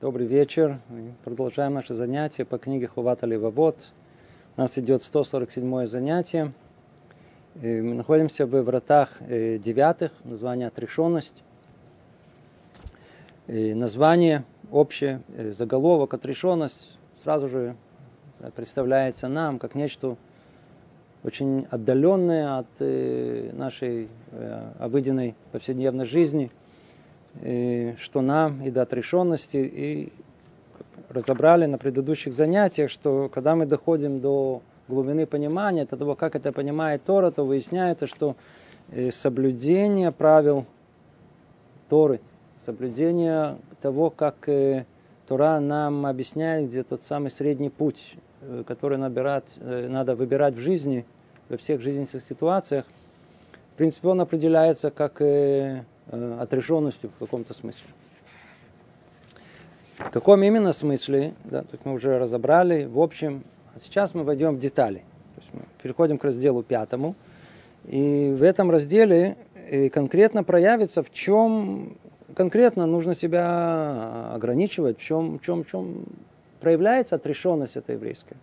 Добрый вечер. Мы продолжаем наше занятие по книге Ховат Левавот. У нас идет 147-е занятие. И мы находимся в вратах 9, название «Отрешенность». И название общее, заголовок «Отрешенность» сразу же представляется нам как нечто очень отдаленное от нашей обыденной повседневной жизни, что нам и до отрешенности, и разобрали на предыдущих занятиях, что когда мы доходим до глубины понимания, до того, как это понимает Тора, то выясняется, что соблюдение правил Торы, соблюдение того, как Тора нам объясняет, где тот самый средний путь, который надо выбирать в жизни, во всех жизненных ситуациях, в принципе, он определяется как отрешенностью в каком-то смысле. В каком именно смысле, да, то есть мы уже разобрали, в общем, а сейчас мы войдем в детали. То есть мы переходим к разделу 5, и в этом разделе конкретно проявится, в чем конкретно нужно себя ограничивать, в чем проявляется отрешенность эта еврейская.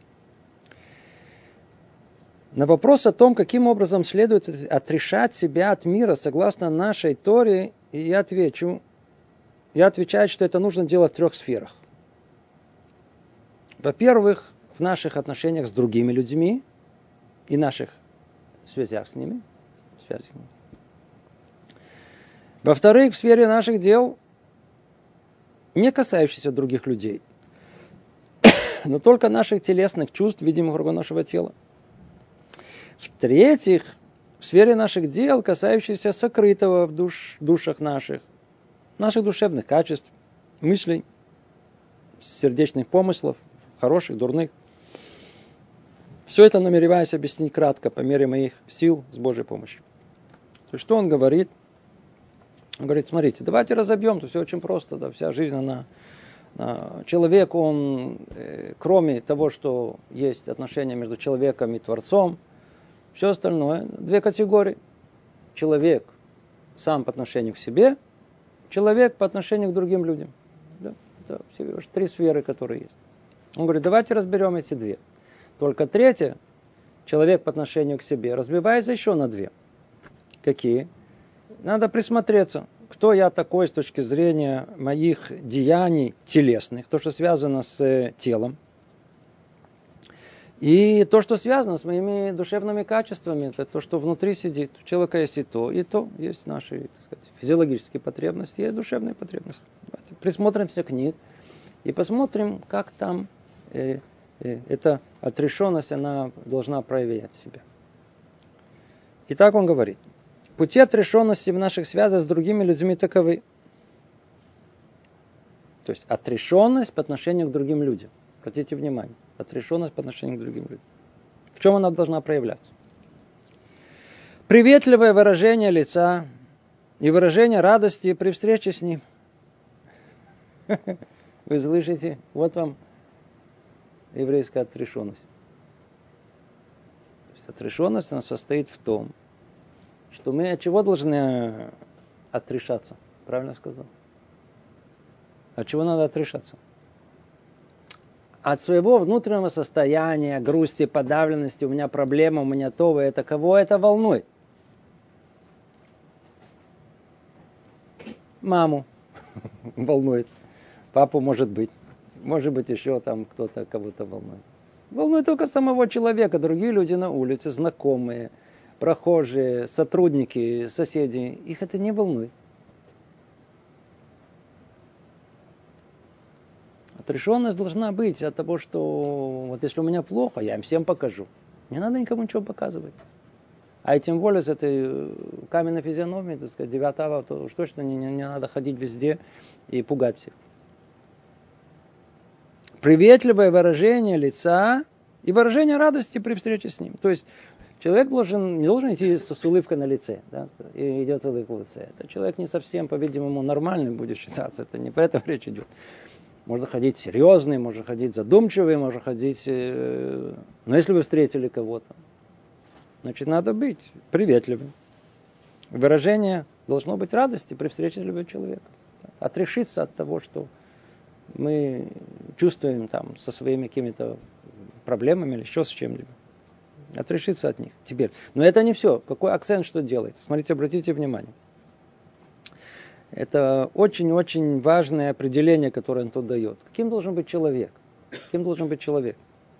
На вопрос о том, каким образом следует отрешать себя от мира согласно нашей Торе, я отвечаю, что это нужно делать в 3 сферах. Во-первых, в наших отношениях с другими людьми и наших связях с ними. Во-вторых, в сфере наших дел, не касающихся других людей, но только наших телесных чувств, видимых органов нашего тела. В-третьих, в сфере наших дел, касающихся сокрытого в душах наших душевных качеств, мыслей, сердечных помыслов, хороших, дурных. Все это намереваюсь объяснить кратко, по мере моих сил, с Божьей помощью. То есть, что он говорит? Он говорит, смотрите, давайте разобьем, то все очень просто, да, вся жизнь, человек, он, кроме того, что есть отношения между человеком и Творцом, все остальное, 2 категории. Человек сам по отношению к себе, человек по отношению к другим людям. Да? Это всего лишь 3 сферы, которые есть. Он говорит, давайте разберем эти 2. Только 3, человек по отношению к себе, разбивается еще на 2. Какие? Надо присмотреться, кто я такой с точки зрения моих деяний телесных, то, что связано с телом. И то, что связано с моими душевными качествами, это то, что внутри сидит. У человека есть и то, есть наши, так сказать, физиологические потребности, есть душевные потребности. Давайте присмотримся к ним и посмотрим, как там эта отрешенность, она должна проявлять себя. Итак, он говорит, пути отрешенности в наших связях с другими людьми таковы. То есть отрешенность по отношению к другим людям. Обратите внимание. Отрешенность по отношению к другим людям. В чем она должна проявляться? Приветливое выражение лица и выражение радости при встрече с ним. Вы слышите? Вот вам еврейская отрешенность. То есть отрешенность она состоит в том, что мы от чего должны отрешаться? Правильно сказал? От чего надо отрешаться? От своего внутреннего состояния, грусти, подавленности, у меня проблема, у меня то, это кого это волнует? Маму волнует, папу может быть еще там кто-то кого-то волнует. Волнует только самого человека, другие люди на улице, знакомые, прохожие, сотрудники, соседи, их это не волнует. Отрешенность должна быть от того, что вот если у меня плохо, я им всем покажу. Не надо никому ничего показывать. А и тем более с этой каменной физиономией, так сказать, 9 ава, то уж точно не надо ходить везде и пугать всех. Приветливое выражение лица и выражение радости при встрече с ним. То есть человек не должен идти с улыбкой на лице, да, и идет с улыбкой на лице. Это человек не совсем, по-видимому, нормальный будет считаться. Это не про это речь идет. Можно ходить серьезный, можно ходить задумчивый, можно ходить... Но если вы встретили кого-то, значит, надо быть приветливым. Выражение должно быть радости при встрече с любым человеком. Отрешиться от того, что мы чувствуем там со своими какими-то проблемами или еще с чем-либо. Отрешиться от них. Теперь. Но это не все. Какой акцент что делает? Смотрите, обратите внимание. Это очень-очень важное определение, которое он тут дает. Каким должен быть человек? Каким должен быть человек?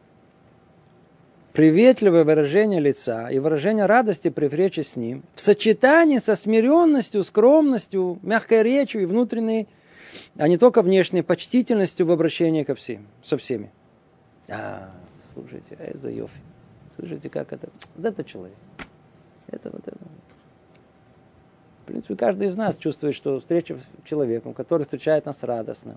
Приветливое выражение лица и выражение радости при встрече с ним в сочетании со смиренностью, скромностью, мягкой речью и внутренней, а не только внешней почтительностью в обращении со всеми. Слушайте, это йофи. Слушайте, как это? Вот это человек. Это вот это. В принципе, каждый из нас чувствует, что встреча с человеком, который встречает нас радостно,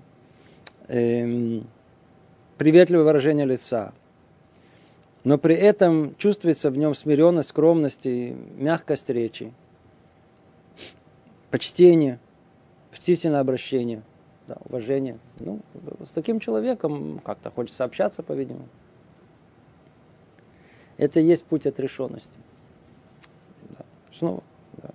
приветливое выражение лица, но при этом чувствуется в нем смиренность, скромность и мягкость речи, почтение, почтительное обращение, да, уважение. Ну, с таким человеком как-то хочется общаться, по-видимому. Это и есть путь отрешенности. Да. Снова. Да.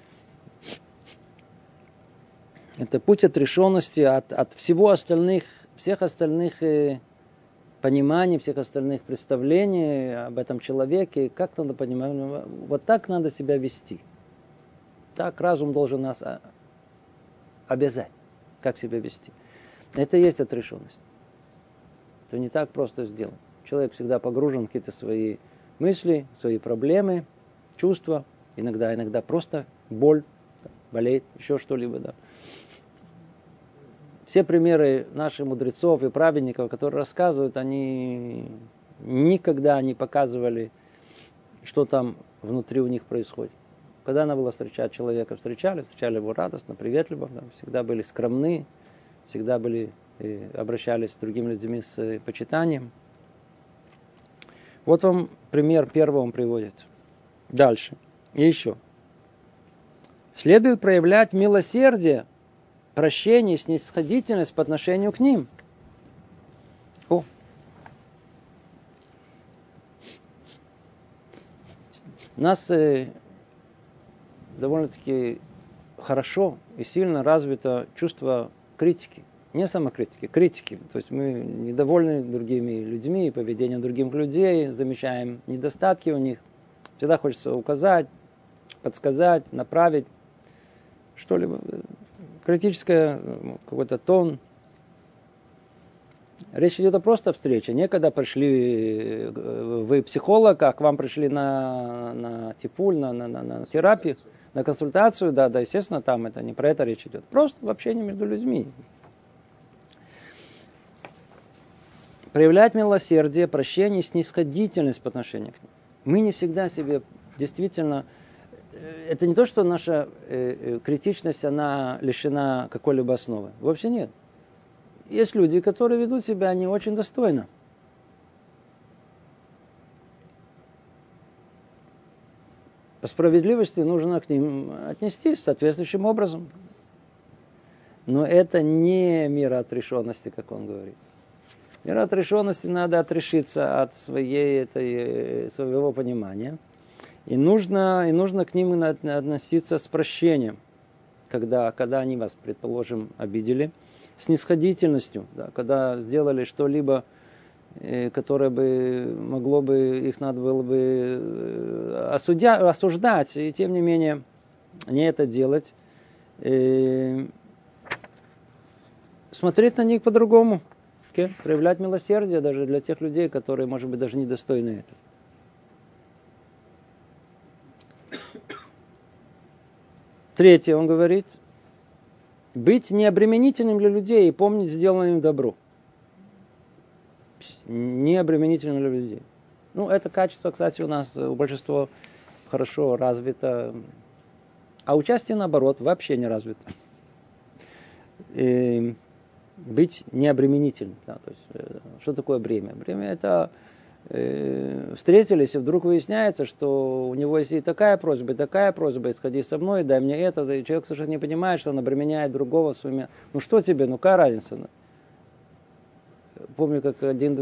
Это путь отрешенности от всех остальных пониманий, всех остальных представлений об этом человеке. Как надо понимать? Вот так надо себя вести. Так разум должен нас обязать, как себя вести. Это и есть отрешенность. Это не так просто сделать. Человек всегда погружен в какие-то свои мысли, свои проблемы, чувства. Иногда просто боль, болеет, еще что-либо. Да. Все примеры наших мудрецов и праведников, которые рассказывают, они никогда не показывали, что там внутри у них происходит. Когда надо было встречать человека, встречали его радостно, приветливо, да, всегда были скромны, всегда обращались с другими людьми с почитанием. Вот вам пример первого он приводит. Дальше. И еще. Следует проявлять милосердие, прощение, снисходительность по отношению к ним. У нас довольно-таки хорошо и сильно развито чувство критики. Не самокритики, критики. То есть мы недовольны другими людьми, поведением других людей, замечаем недостатки у них. Всегда хочется указать, подсказать, направить что-либо. Критический какой-то тон. Речь идет о просто встрече. Не когда пришли вы психолог, а к вам пришли на типуль, на терапию, на консультацию. Да, естественно, там это не про это речь идет. Просто в общении между людьми. Проявлять милосердие, прощение, снисходительность по отношению к ним. Мы не всегда себе действительно... Это не то, что наша критичность, она лишена какой-либо основы. Вовсе нет. Есть люди, которые ведут себя не очень достойно. По справедливости нужно к ним отнестись соответствующим образом. Но это не мироотрешенности, как он говорит. Мироотрешенности надо отрешиться от своего понимания. И нужно к ним относиться с прощением, когда они вас, предположим, обидели, снисходительностью, да, когда сделали что-либо, которое их надо было бы осуждать, и тем не менее не это делать. Смотреть на них по-другому, проявлять милосердие даже для тех людей, которые, может быть, даже недостойны этого. Третье, он говорит, быть необременительным для людей и помнить сделанное им добро. Необременительным для людей. Это качество, кстати, у нас у большинства хорошо развито, а участие, наоборот, вообще не развито. И быть необременительным. Да, то есть, что такое бремя? Бремя – это встретились, и вдруг выясняется, что у него есть и такая просьба, сходи со мной, дай мне это. И человек совершенно не понимает, что он обременяет другого своими... Что тебе, какая разница? Помню, как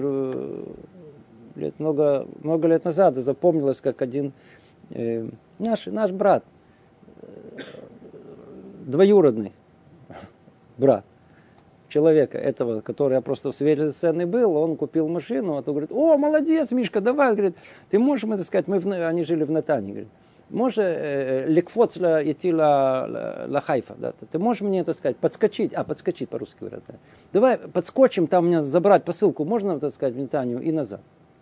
много лет назад запомнилось, как один наш брат, двоюродный брат, человека, этого, который просто в свете сцены был, он купил машину, а то говорит, о, молодец, Мишка, давай, говорит, ты можешь, мы, так сказать, они жили в Натане, говорит, можешь лекфоц идти ла Хайфа, да, ты можешь мне, так сказать, подскочить по-русски говорят, да. Давай подскочим, там мне забрать посылку, можно, так сказать, в Нетанию и назад.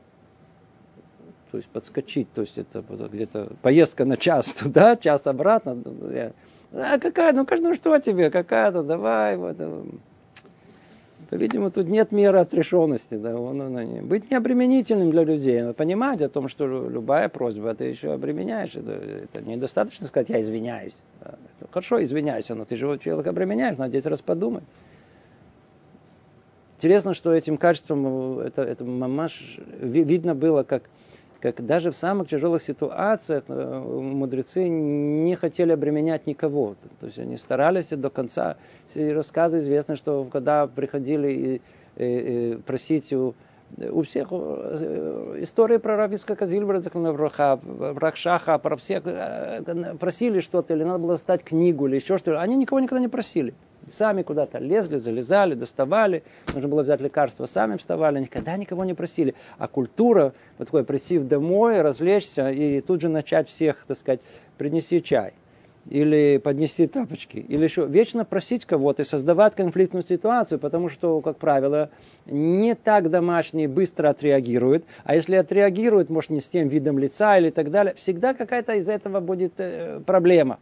То есть подскочить, то есть это где-то поездка на час туда, час обратно. А какая, ну каждому что тебе, какая-то, давай. Вот. По-видимому, тут нет меры отрешенности. Да? Быть необременительным для людей. Понимать о том, что любая просьба, ты еще обременяешь. Это недостаточно сказать, я извиняюсь. Да? Хорошо, извиняйся, но ты же человека обременяешь, надо 10 раз подумать. Интересно, что этим качеством, это мамаш, видно было, как даже в самых тяжелых ситуациях мудрецы не хотели обременять никого. То есть они старались до конца. Все рассказы известны, что когда приходили просить у всех истории про Рав Ицхака Зильбера, Рахшаха, про всех просили что-то, или надо было стать книгу, или еще что-то. Они никого никогда не просили. Сами куда-то лезли, залезали, доставали. Нужно было взять лекарства, сами вставали. Никогда никого не просили. А культура, вот такой, прийти домой, развлечься и тут же начать всех, так сказать, принеси чай. Или поднеси тапочки. Или еще вечно просить кого-то и создавать конфликтную ситуацию, потому что, как правило, не так домашние быстро отреагируют. А если отреагируют, может, не с тем видом лица или так далее, всегда какая-то из этого будет проблема.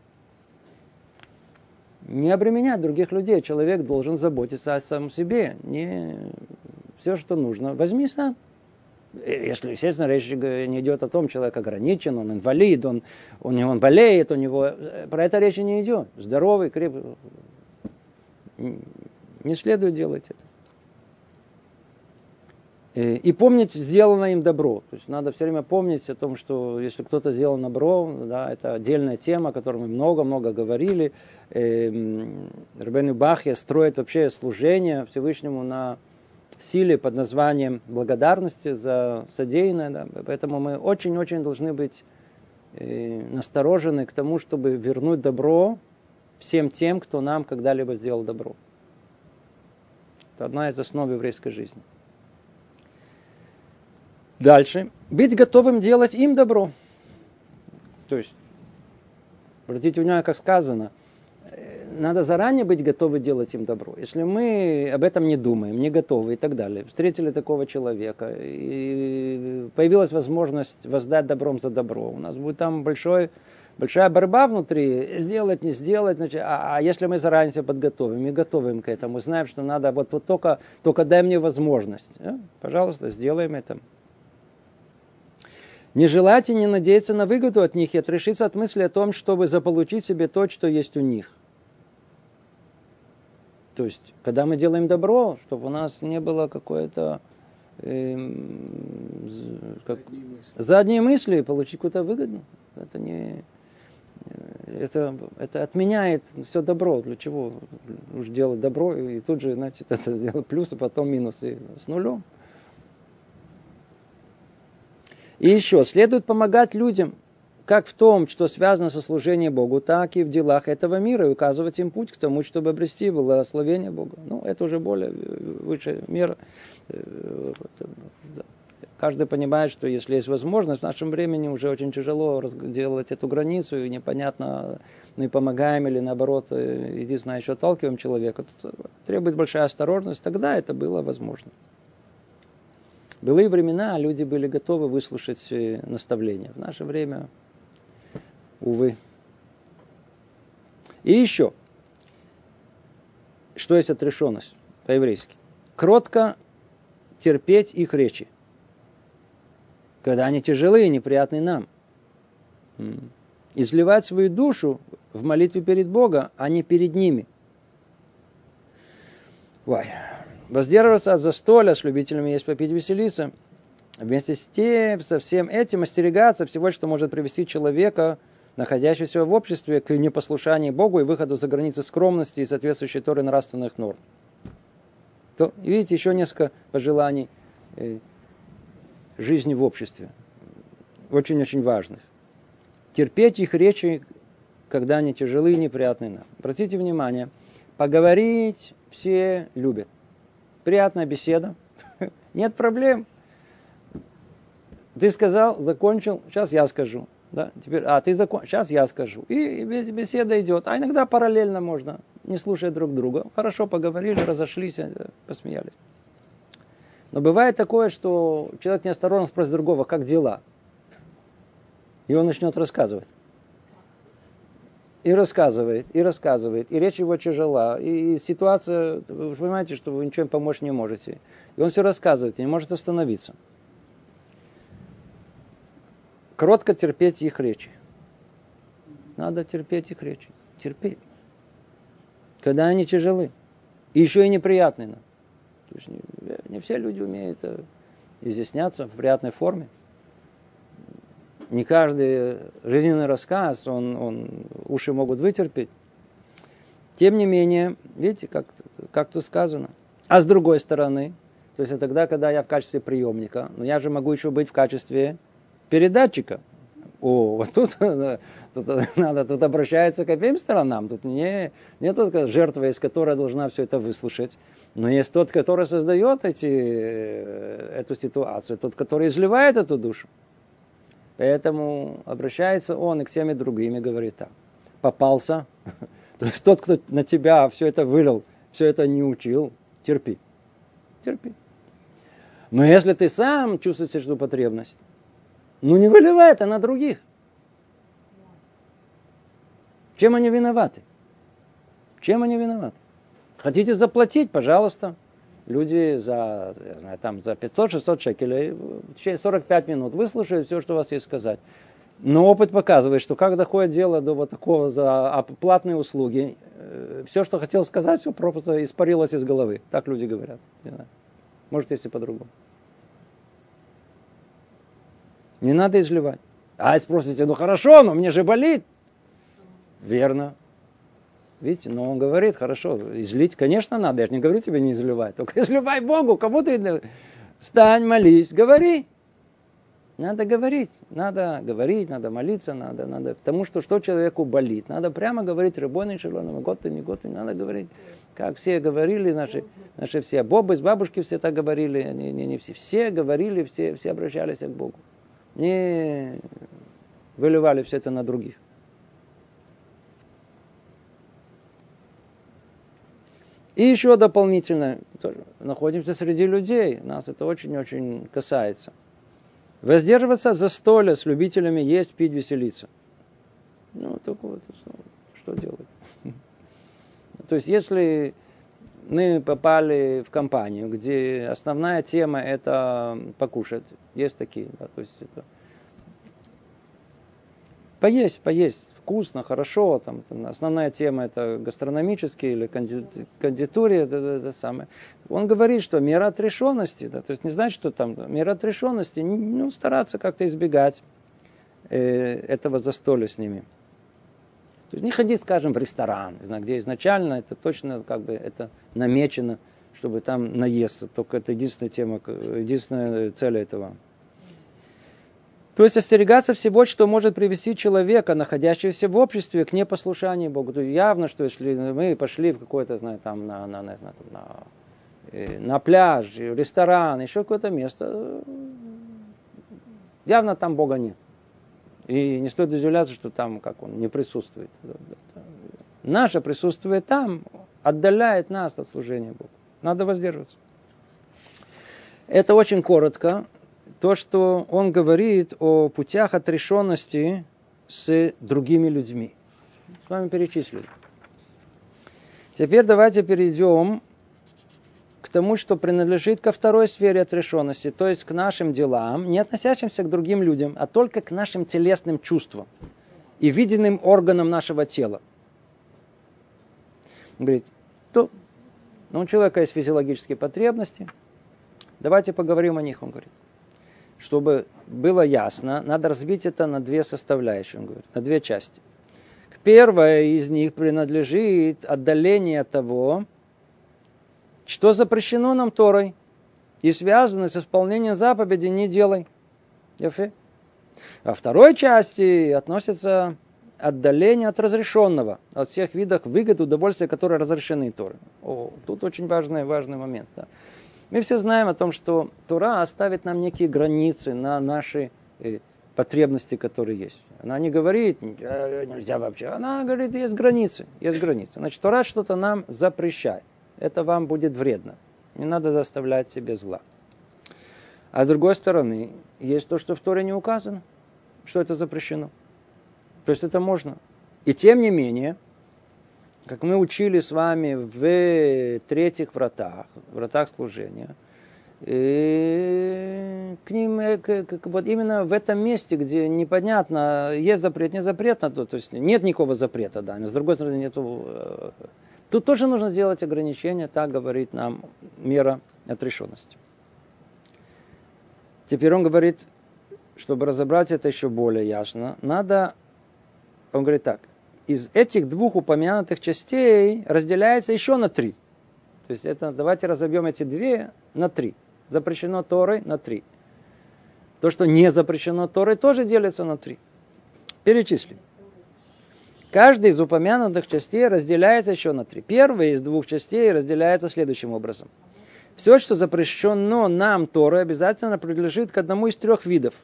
Не обременять других людей. Человек должен заботиться о самом себе. Не все, что нужно, возьми сам. Если, естественно, речь не идет о том, человек ограничен, он инвалид, он болеет, у него... Про это речи не идет. Здоровый, крепкий. Не следует делать это. И помнить сделанное им добро. То есть надо все время помнить о том, что если кто-то сделал добро, да, это отдельная тема, о которой мы много-много говорили. Рабейну Бахья строит вообще служение Всевышнему на силе под названием благодарности за содеянное. Да. Поэтому мы очень-очень должны быть насторожены к тому, чтобы вернуть добро всем тем, кто нам когда-либо сделал добро. Это одна из основ еврейской жизни. Дальше. Быть готовым делать им добро. То есть, обратите внимание, как сказано, надо заранее быть готовы делать им добро. Если мы об этом не думаем, не готовы и так далее, встретили такого человека, и появилась возможность воздать добром за добро, у нас будет там большая борьба внутри, сделать, не сделать. Значит, а если мы заранее себя подготовим и готовим к этому, знаем, что надо, вот только дай мне возможность, пожалуйста, сделаем это. Не желать и не надеяться на выгоду от них и отрешиться от мысли о том, чтобы заполучить себе то, что есть у них. То есть, когда мы делаем добро, чтобы у нас не было какой-то задние мысли получить какую-то выгоду. Это отменяет все добро. Для чего уж делать добро и тут же, значит, это сделать плюс, а потом минус и с нулем. И еще, следует помогать людям, как в том, что связано со служением Богу, так и в делах этого мира, и указывать им путь к тому, чтобы обрести благословение Бога. Ну, это уже более высшая мера. Каждый понимает, что если есть возможность, в нашем времени уже очень тяжело делать эту границу, и непонятно, мы помогаем или наоборот, иди знаешь, отталкиваем человека. Тут требует большая осторожность, тогда это было возможно. В былые времена люди были готовы выслушать наставления. В наше время, увы. И еще, что есть отрешенность по-еврейски? Кротко терпеть их речи, когда они тяжелые и неприятны нам. Изливать свою душу в молитве перед Богом, а не перед ними. Воздерживаться от застолья, с любителями есть попить, веселиться. Вместе со всем этим остерегаться всего, что может привести человека, находящегося в обществе, к непослушанию Богу и выходу за границы скромности и соответствующей Торе нравственных норм. То, видите, еще несколько пожеланий жизни в обществе. Очень-очень важных. Терпеть их речи, когда они тяжелые и неприятны нам. Обратите внимание, поговорить все любят. Приятная беседа, нет проблем. Ты сказал, закончил, сейчас я скажу. Да? Теперь, ты закончил, сейчас я скажу. И беседа идет. А иногда параллельно можно, не слушая друг друга. Хорошо поговорили, разошлись, посмеялись. Но бывает такое, что человек неосторожно спросит другого, как дела? И он начнет рассказывать. И рассказывает, и рассказывает. И речь его тяжела. И ситуация, вы понимаете, что вы ничем помочь не можете. И он все рассказывает, и не может остановиться. Кротко терпеть их речи. Надо терпеть их речи. Терпеть. Когда они тяжелы. И еще и неприятные. То есть не все люди умеют изъясняться в приятной форме. Не каждый жизненный рассказ, уши могут вытерпеть. Тем не менее, видите, как тут сказано. А с другой стороны, то есть это тогда, когда я в качестве приемника, но я же могу еще быть в качестве передатчика. Вот тут обращается к обеим сторонам. Тут не только жертва, из которой должна все это выслушать, но есть тот, который создает эту ситуацию, тот, который изливает эту душу. Поэтому обращается он и к всем и другим и говорит так. Попался. То есть тот, кто на тебя все это вылил, все это не учил, терпи. Терпи. Но если ты сам чувствуешь эту потребность, не выливай это на других. Чем они виноваты? Чем они виноваты? Хотите заплатить, пожалуйста. Люди за 500-600 шекелей, через 45 минут выслушают все, что у вас есть сказать. Но опыт показывает, что как доходит дело до вот такого за платные услуги, все, что хотел сказать, все просто испарилось из головы. Так люди говорят. Не знаю. Может, если по-другому. Не надо изливать. А спросите, хорошо, но мне же болит. Верно. Видите, но он говорит, хорошо, излить, конечно, надо. Я же не говорю тебе не изливать. Только изливай Богу, кому ты... Встань, молись, говори. Надо говорить, надо молиться, надо. Потому что человеку болит? Надо прямо говорить, рыбойный шелоном, год не надо говорить. Как все говорили, наши все бобы, бабушки все так говорили, не все говорили, все обращались к Богу. Не выливали все это на других. И еще дополнительно, тоже находимся среди людей, нас это очень-очень касается. Воздерживаться от застолья с любителями есть, пить, веселиться. Только вот, что делать? То есть, если мы попали в компанию, где основная тема это покушать, есть такие, да, то есть это поесть. Вкусно, хорошо, там основная тема это гастрономические или кондитерия, это самое. Он говорит, что мера отрешенности, да, то есть не значит, что там мера отрешенности, стараться как-то избегать этого застолья с ними. То есть не ходить, скажем, в ресторан, где изначально это точно это намечено, чтобы там наесться, только это единственная тема, единственная цель этого. То есть остерегаться всего, что может привести человека, находящегося в обществе, к непослушанию Богу. То есть явно, что если мы пошли в какое-то, на пляж, в ресторан, еще какое-то место, явно там Бога нет. И не стоит удивляться, что там он не присутствует. Наше присутствие там отдаляет нас от служения Богу. Надо воздерживаться. Это очень коротко. То, что он говорит о путях отрешенности с другими людьми. С вами перечислили. Теперь давайте перейдем к тому, что принадлежит ко второй сфере отрешенности, то есть к нашим делам, не относящимся к другим людям, а только к нашим телесным чувствам и виденным органам нашего тела. Он говорит, у человека есть физиологические потребности, давайте поговорим о них, он говорит. Чтобы было ясно, надо разбить это на две составляющие, он говорит, на две части. Первая из них принадлежит отдаление от того, что запрещено нам Торой и связано с исполнением заповеди «не делай». А второй части относится отдаление от разрешенного, от всех видов выгод, удовольствия, которые разрешены Торой. Тут очень важный момент. Да. Мы все знаем о том, что Тора оставит нам некие границы на наши потребности, которые есть. Она не говорит, нельзя вообще. Она говорит, есть границы, есть границы. Значит, Тора что-то нам запрещает. Это вам будет вредно. Не надо заставлять себе зла. А с другой стороны, есть то, что в Торе не указано, что это запрещено. То есть это можно. И тем не менее, как мы учили с вами в третьих вратах служения, и к ним, вот именно в этом месте, где непонятно, есть запрет, не запрет на то есть нет никакого запрета, да, но с другой стороны нету. Тут тоже нужно сделать ограничения, так говорит нам мера отрешенности. Теперь он говорит, чтобы разобрать это еще более ясно, он говорит так, из этих двух упомянутых частей разделяется еще на 3. То есть давайте разобьем эти 2 на 3. Запрещено Торой на 3. То, что не запрещено Торой, тоже делится на 3. Перечислим. Каждый из упомянутых частей разделяется еще на 3. Первая из 2 частей разделяется следующим образом. Все, что запрещено нам Торой, обязательно принадлежит к одному из 3 видов.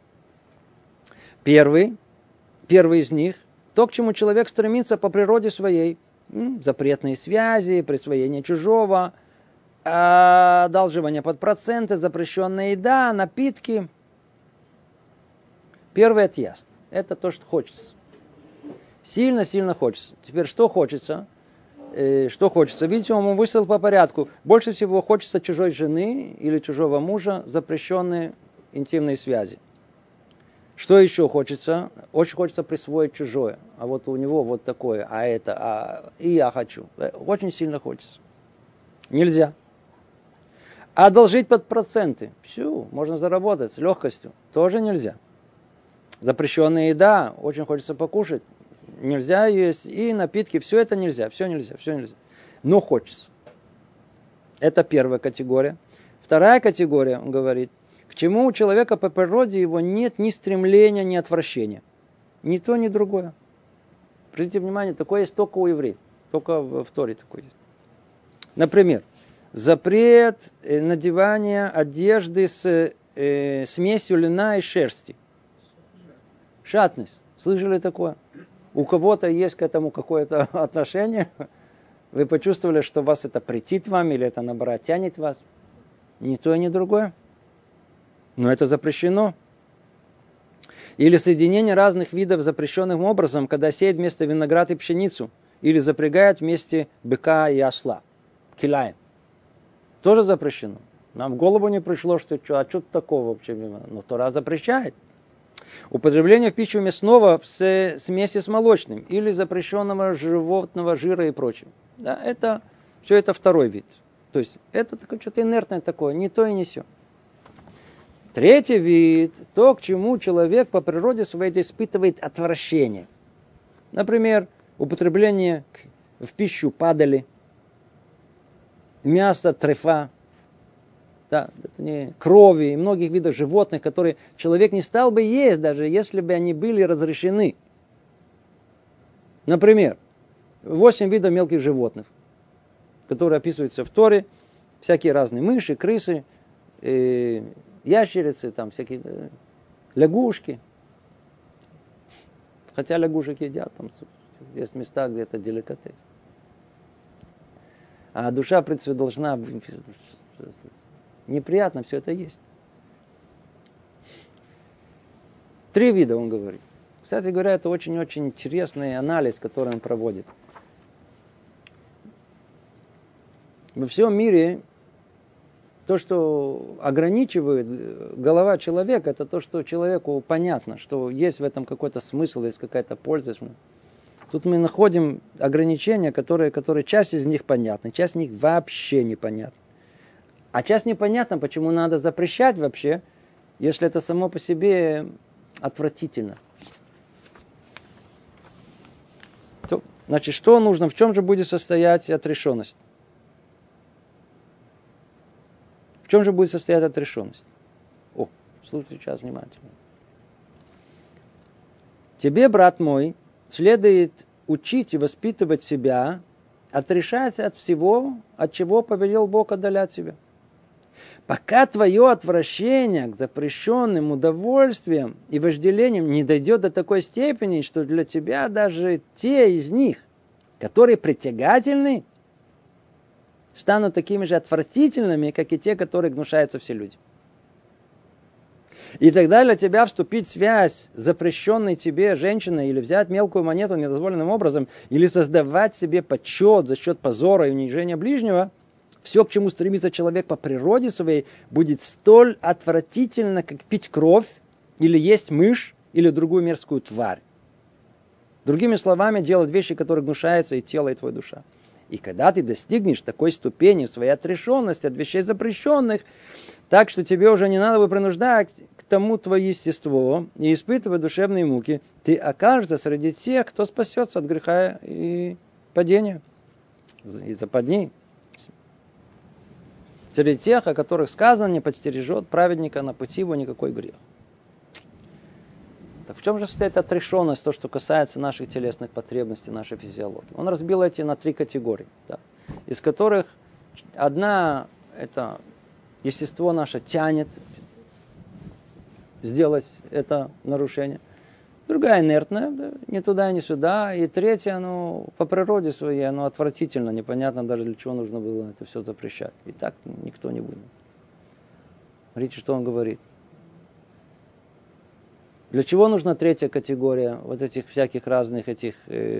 Первый из них, то, к чему человек стремится по природе своей. Запретные связи, присвоение чужого, одалживание под проценты, запрещенная еда, напитки. Первое это ясно. Это то, что хочется. Сильно хочется. Теперь что хочется? Видите, он выставил по порядку. Больше всего хочется чужой жены или чужого мужа, запрещенные интимные связи. Что еще хочется? Очень хочется присвоить чужое. А вот у него вот такое, и я хочу. Очень сильно хочется. Нельзя. Одолжить под проценты. Все, можно заработать с легкостью. Тоже нельзя. Запрещенная еда, очень хочется покушать. Нельзя есть. И напитки, все это нельзя. Все нельзя. Но хочется. Это первая категория. Вторая категория, он говорит, к чему у человека по природе его нет ни стремления, ни отвращения. Ни то, ни другое. Обратите внимание, такое есть только у евреев. Только в Торе такое есть. Например, запрет надевания одежды с смесью льна и шерсти. Шатность. Слышали такое? У кого-то есть к этому какое-то отношение? Вы почувствовали, что вас это претит вам, или это, наоборот, тянет вас? Ни то, ни другое. Но это запрещено. Или соединение разных видов запрещенным образом, когда сеет вместо виноград и пшеницу. Или запрягает вместе быка и осла. Килаем. Тоже запрещено. Нам в голову не пришло, что что такого вообще. Но Тора запрещает. Употребление в пищу мясного в смеси с молочным. Или запрещенного животного жира и прочим. Да, все это второй вид. То есть это такое, что-то инертное такое. Не то и не сё. Третий вид, то, к чему человек по природе своей испытывает отвращение. Например, употребление в пищу падали, мясо, трефа, да, это не крови и многих видов животных, которые человек не стал бы есть, даже если бы они были разрешены. Например, 8 видов мелких животных, которые описываются в Торе, всякие разные мыши, крысы, ящерицы, там всякие лягушки. Хотя лягушек едят, там есть места, где это деликатес. А душа, в принципе, должна... Неприятно все это есть. 3 вида, он говорит. Кстати говоря, это очень-очень интересный анализ, который он проводит. Во всем мире то, что ограничивает голова человека, это то, что человеку понятно, что есть в этом какой-то смысл, есть какая-то польза. Тут мы находим ограничения, которые часть из них понятны, часть из них вообще непонятна. А часть непонятна, почему надо запрещать вообще, если это само по себе отвратительно. Значит, что нужно, в чем же будет состоять отрешенность? В чем же будет состоять отрешенность? Слушайте сейчас внимательно. Тебе, брат мой, следует учить и воспитывать себя, отрешаясь от всего, от чего повелел Бог отдалять себя. Пока твое отвращение к запрещенным удовольствиям и вожделениям не дойдет до такой степени, что для тебя даже те из них, которые притягательны, станут такими же отвратительными, как и те, которые гнушаются все люди. И тогда для тебя вступить в связь с запрещенной тебе женщиной или взять мелкую монету недозволенным образом, или создавать себе почет за счет позора и унижения ближнего, все, к чему стремится человек по природе своей, будет столь отвратительно, как пить кровь, или есть мышь, или другую мерзкую тварь. Другими словами, делать вещи, которые гнушаются и тело, и твоя душа. И когда ты достигнешь такой ступени в своей отрешенности от вещей запрещенных, так что тебе уже не надо бы принуждать к тому твое естество и испытывать душевные муки, ты окажешься среди тех, кто спасется от греха и падения, и западней. Среди тех, о которых сказано, не подстережет праведника на пути его никакой грех. Так в чем же состоит отрешенность, то, что касается наших телесных потребностей, нашей физиологии? Он разбил эти на 3 категории, да, из которых одна – это естество наше тянет сделать это нарушение. Другая инертная, да, ни туда, ни сюда. И третья, оно по природе своей, оно отвратительно, непонятно даже для чего нужно было это все запрещать. И так никто не будет. Смотрите, что он говорит. Для чего нужна 3-я категория вот этих всяких разных этих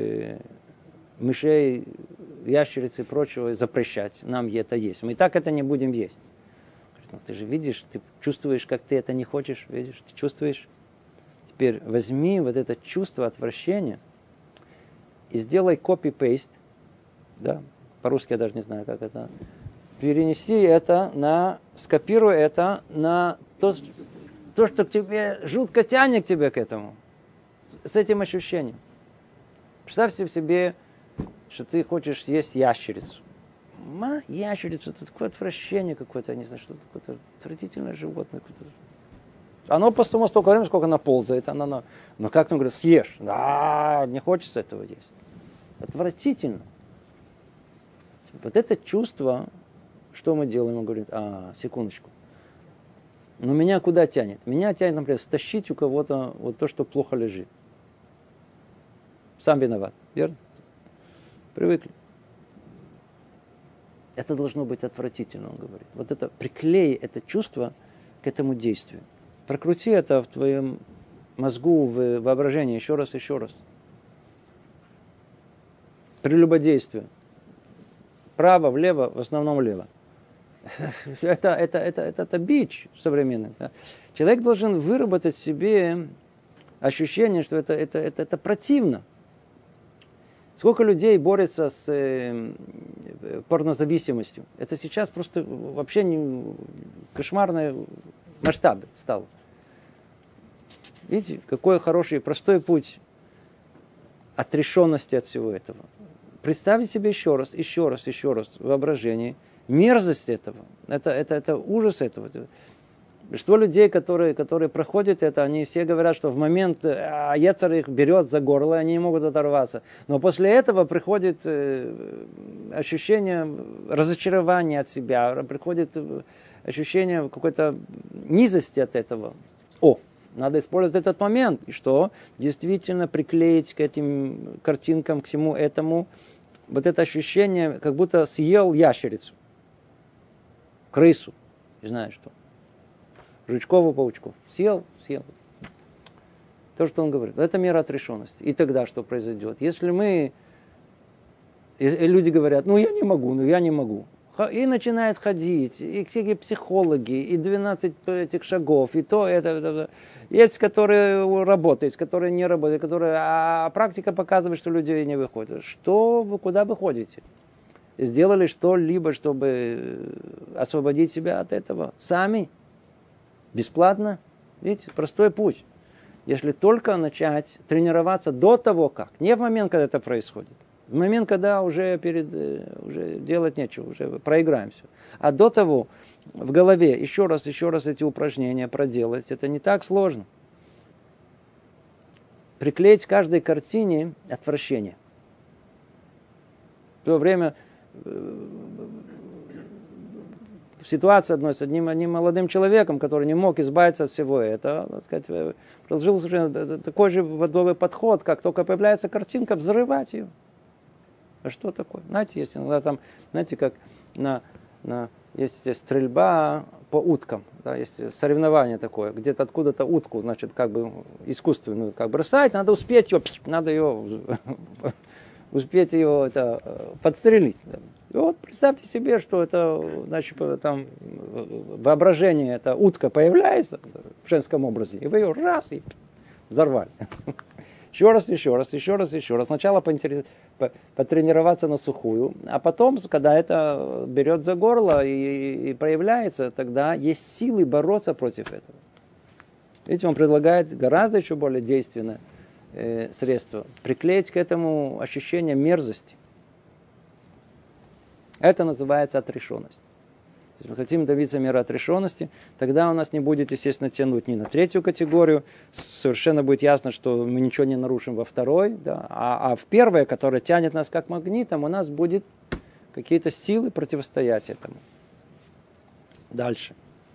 мышей, ящериц и прочего запрещать? Нам это есть. Мы и так это не будем есть. Ну, ты же видишь, ты чувствуешь, как ты это не хочешь, видишь, ты чувствуешь. Теперь возьми вот это чувство отвращения и сделай copy-paste, да, по-русски я даже не знаю, как это, перенеси это скопируй это на то, что к тебе жутко тянет к тебе к этому, с этим ощущением. Представьте себе, что ты хочешь есть ящерицу. Ящерица, это такое отвращение какое-то, я не знаю, что это какое-то отвратительное животное. Какое-то. Оно по само столько времени, сколько она ползает. Но как он говорит, съешь. Да, не хочется этого есть. Отвратительно. Вот это чувство, что мы делаем? Он говорит, секундочку. Но меня куда тянет? Меня тянет, например, стащить у кого-то вот то, что плохо лежит. Сам виноват, верно? Привыкли. Это должно быть отвратительно, он говорит. Вот это, приклей это чувство к этому действию. Прокрути это в твоем мозгу, в воображении еще раз. Прелюбодействие. Право, влево, в основном влево. Это бич современный. Да? Человек должен выработать в себе ощущение, что это противно. Сколько людей борется с порнозависимостью. Это сейчас просто вообще кошмарный масштаб стал. Видите, какой хороший, простой путь отрешенности от всего этого. Представить себе еще раз в воображении мерзость этого. Это ужас этого. Что людей, которые проходят это, они все говорят, что в момент Йецер их берет за горло, они не могут оторваться. Но после этого приходит ощущение разочарования от себя, приходит ощущение какой-то низости от этого. Надо использовать этот момент. И что? Действительно приклеить к этим картинкам, к всему этому, вот это ощущение, как будто съел ящерицу, крысу, не знаю что. Жучкову, паучков. Съел. То, что он говорит. Это мера отрешенности. И тогда что произойдет? Если люди говорят, я не могу. И начинают ходить, и все психологи, и 12 этих шагов, и то, это. Есть, которые работают, есть, которые не работают, а практика показывает, что люди не выходят. Куда вы ходите? Сделали что-либо, чтобы освободить себя от этого? Сами? Бесплатно? Видите, простой путь. Если только начать тренироваться до того, как. Не в момент, когда это происходит. В момент, когда уже делать нечего, уже проиграем все. А до того в голове еще раз эти упражнения проделать, это не так сложно. приклеить к каждой картине отвращение. В то время ситуация одной с одним молодым человеком, который не мог избавиться от всего этого, так сказать, продолжил совершенно такой же водовый подход, как только появляется картинка, взрывать ее. А что такое? Знаете, есть иногда там, знаете, как есть стрельба по уткам, да, есть соревнование такое, где-то откуда-то утку, значит, как бы искусственную, как бросать, надо успеть ее, успеть ее подстрелить. И вот представьте себе, что это, значит, там воображение, эта утка появляется в женском образе, и вы ее раз и взорвали. Еще раз. Сначала потренироваться на сухую, а потом, когда это берет за горло и проявляется, тогда есть силы бороться против этого. Видите, он предлагает гораздо еще более действенное средство. Приклеить к этому ощущение мерзости. Это называется отрешенность. Если мы хотим добиться меры отрешенности, тогда у нас не будет, естественно, тянуть ни на третью категорию. Совершенно будет ясно, что мы ничего не нарушим во второй. Да? А в первой, которая тянет нас как магнитом, у нас будет какие-то силы противостоять этому. Дальше.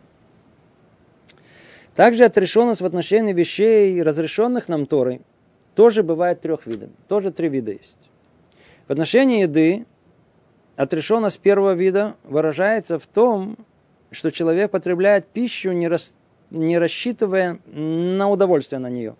Также отрешенность в отношении вещей, разрешенных нам Торой, тоже бывает 3 видов. Тоже 3 вида есть. В отношении еды отрешенность первого вида выражается в том, что человек потребляет пищу, не рассчитывая на удовольствие на нее.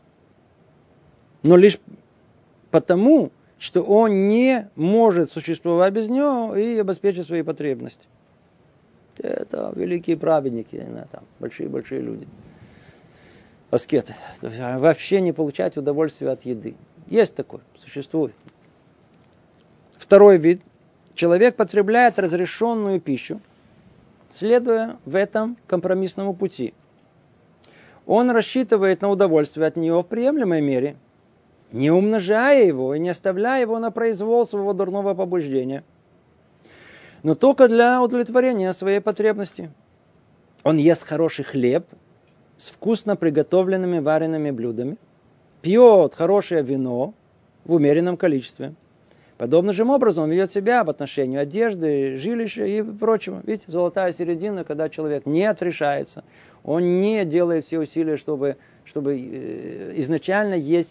Но лишь потому, что он не может существовать без нее и обеспечить свои потребности. Это великие праведники, там, большие люди. Аскеты. Вообще не получать удовольствие от еды. Есть такое, существует. Второй вид. Человек потребляет разрешенную пищу, следуя в этом компромиссному пути. Он рассчитывает на удовольствие от нее в приемлемой мере, не умножая его и не оставляя его на произвол своего дурного побуждения, но только для удовлетворения своей потребности. Он ест хороший хлеб с вкусно приготовленными вареными блюдами, пьет хорошее вино в умеренном количестве. Подобным же образом он ведет себя в отношении одежды, жилища и прочего. Видите, золотая середина, когда человек не отрешается, он не делает все усилия, чтобы изначально есть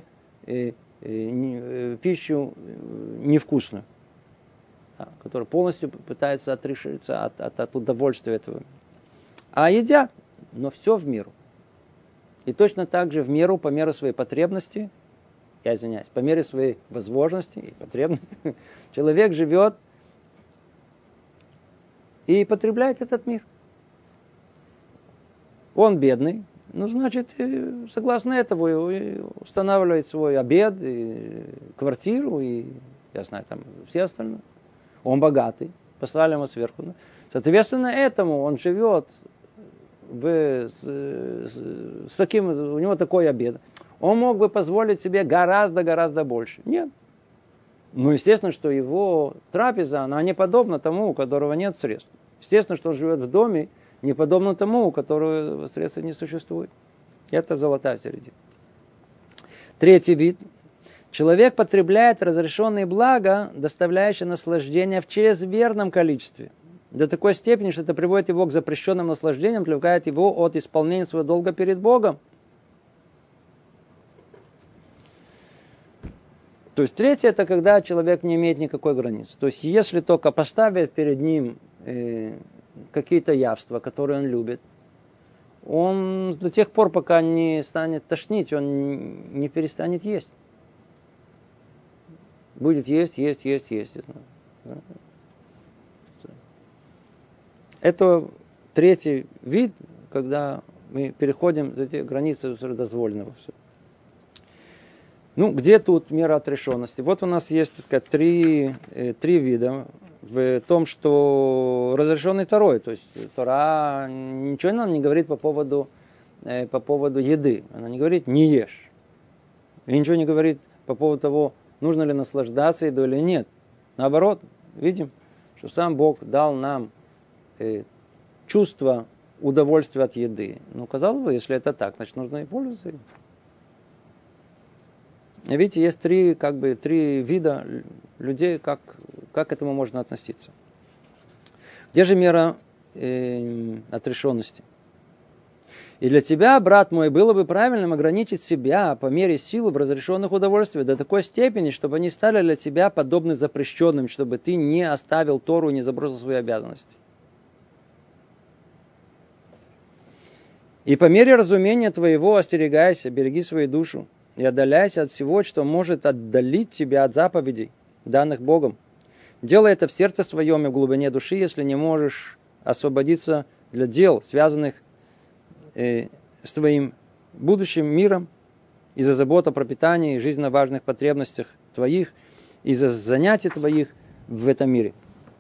пищу невкусную, которая полностью пытается отрешиться от удовольствия этого. А едят, но все в меру. И точно так же в меру, по мере своей потребности, по мере своей возможности и потребности, человек живет и потребляет этот мир. Он бедный, значит, согласно этому устанавливает свой обед, и квартиру, и, я знаю, там все остальное. Он богатый, послали ему сверху. Соответственно, этому он живет с таким, у него такой обед. Он мог бы позволить себе гораздо больше. Нет. Ну, естественно, что его трапеза, она не подобна тому, у которого нет средств. Естественно, что он живет в доме, не подобно тому, у которого средств не существует. Это золотая середина. Третий вид. Человек потребляет разрешенные блага, доставляющие наслаждение в чрезмерном количестве. До такой степени, что это приводит его к запрещенным наслаждениям, отвлекает его от исполнения своего долга перед Богом. То есть третье, это когда человек не имеет никакой границы. То есть если только поставить перед ним какие-то явства, которые он любит, он до тех пор, пока не станет тошнить, он не перестанет есть. Будет есть. Это третий вид, когда мы переходим за эти границы дозволенного. Где тут мера отрешенности? Вот у нас есть, так сказать, три вида в том, что разрешенный Торой. То есть Тора ничего нам не говорит по поводу еды. Она не говорит «не ешь». И ничего не говорит по поводу того, нужно ли наслаждаться едой или нет. Наоборот, видим, что сам Бог дал нам чувство удовольствия от еды. Казалось бы, если это так, значит, нужно и пользоваться им. Видите, есть три вида людей, как к этому можно относиться. Где же мера отрешенности? И для тебя, брат мой, было бы правильным ограничить себя по мере сил в разрешенных удовольствиях до такой степени, чтобы они стали для тебя подобны запрещенным, чтобы ты не оставил Тору и не забросил свои обязанности. И по мере разумения твоего остерегайся, береги свою душу и отдаляйся от всего, что может отдалить тебя от заповедей, данных Богом. Делай это в сердце своем и в глубине души, если не можешь освободиться для дел, связанных с твоим будущим миром, из-за забот о пропитании и жизненно важных потребностях твоих, из-за занятий твоих в этом мире.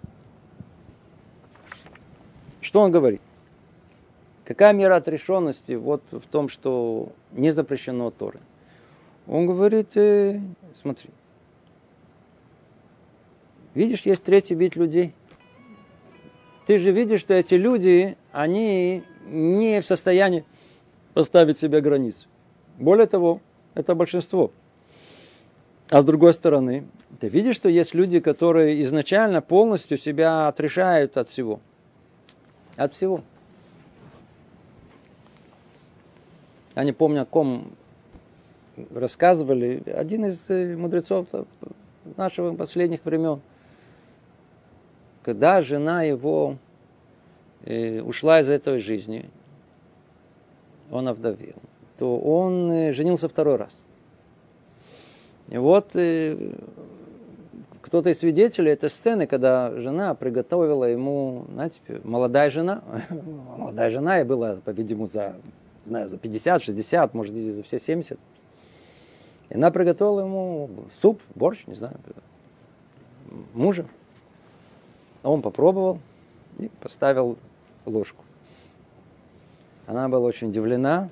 Что он говорит? Какая мера отрешенности вот в том, что не запрещено Торой? Он говорит, смотри, видишь, есть третий вид людей. Ты же видишь, что эти люди, они не в состоянии поставить себе границу. Более того, это большинство. А с другой стороны, ты видишь, что есть люди, которые изначально полностью себя отрешают от всего. От всего. Я не помню, о ком рассказывали. Один из мудрецов наших последних времен. Когда жена его ушла из этой жизни, он овдовел, то он женился второй раз. И вот кто-то из свидетелей этой сцены, когда жена приготовила ему, знаете, молодая жена ей была, по-видимому, за 50, 60, может, за все 70. И она приготовила ему суп, борщ, не знаю, мужа. Он попробовал и поставил ложку. Она была очень удивлена.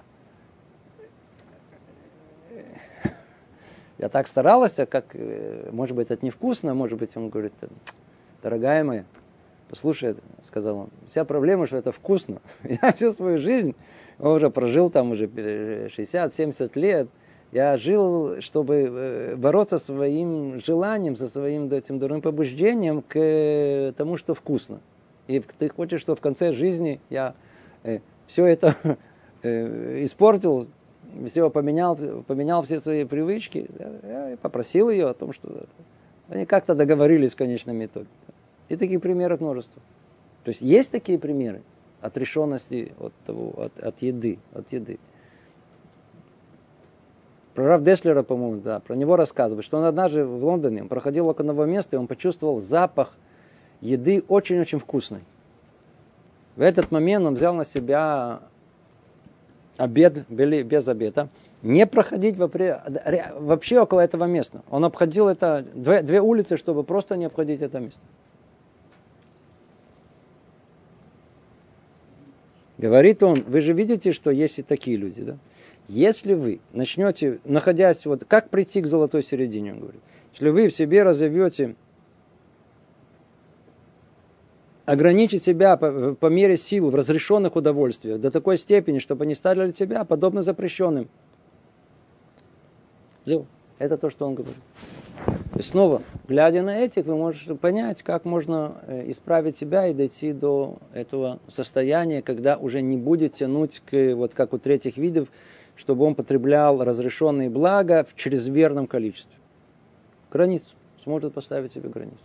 Я так старалась, как, может быть, это невкусно, может быть, он говорит, дорогая моя, послушай, сказал он, вся проблема, что это вкусно. Я всю свою жизнь, он уже прожил там уже 60-70 лет, я жил, чтобы бороться со своим желанием, со своим этим дурным побуждением к тому, что вкусно. И ты хочешь, что в конце жизни я все это испортил, все поменял все свои привычки. Я попросил ее о том, что они как-то договорились в конечном итоге. И таких примеров множество. То есть такие примеры отрешенности от еды. Про Рав Деслера, по-моему, да, про него рассказывают, что он однажды в Лондоне, он проходил около одного места, и он почувствовал запах еды очень-очень вкусной. В этот момент он взял на себя обед, без обеда, не проходить вообще около этого места. Он обходил это, две улицы, чтобы просто не обходить это место. Говорит он, вы же видите, что есть и такие люди, да? Если вы начнете, находясь, как прийти к золотой середине, он говорит, если вы в себе разовьете, ограничить себя по мере сил в разрешенных удовольствиях до такой степени, чтобы они стали для тебя подобно запрещенным. Это то, что он говорит. И снова, глядя на этих, вы можете понять, как можно исправить себя и дойти до этого состояния, когда уже не будет тянуть как у третьих видов, чтобы он потреблял разрешенные блага в чрезмерном количестве. Границу. Сможет поставить себе границу.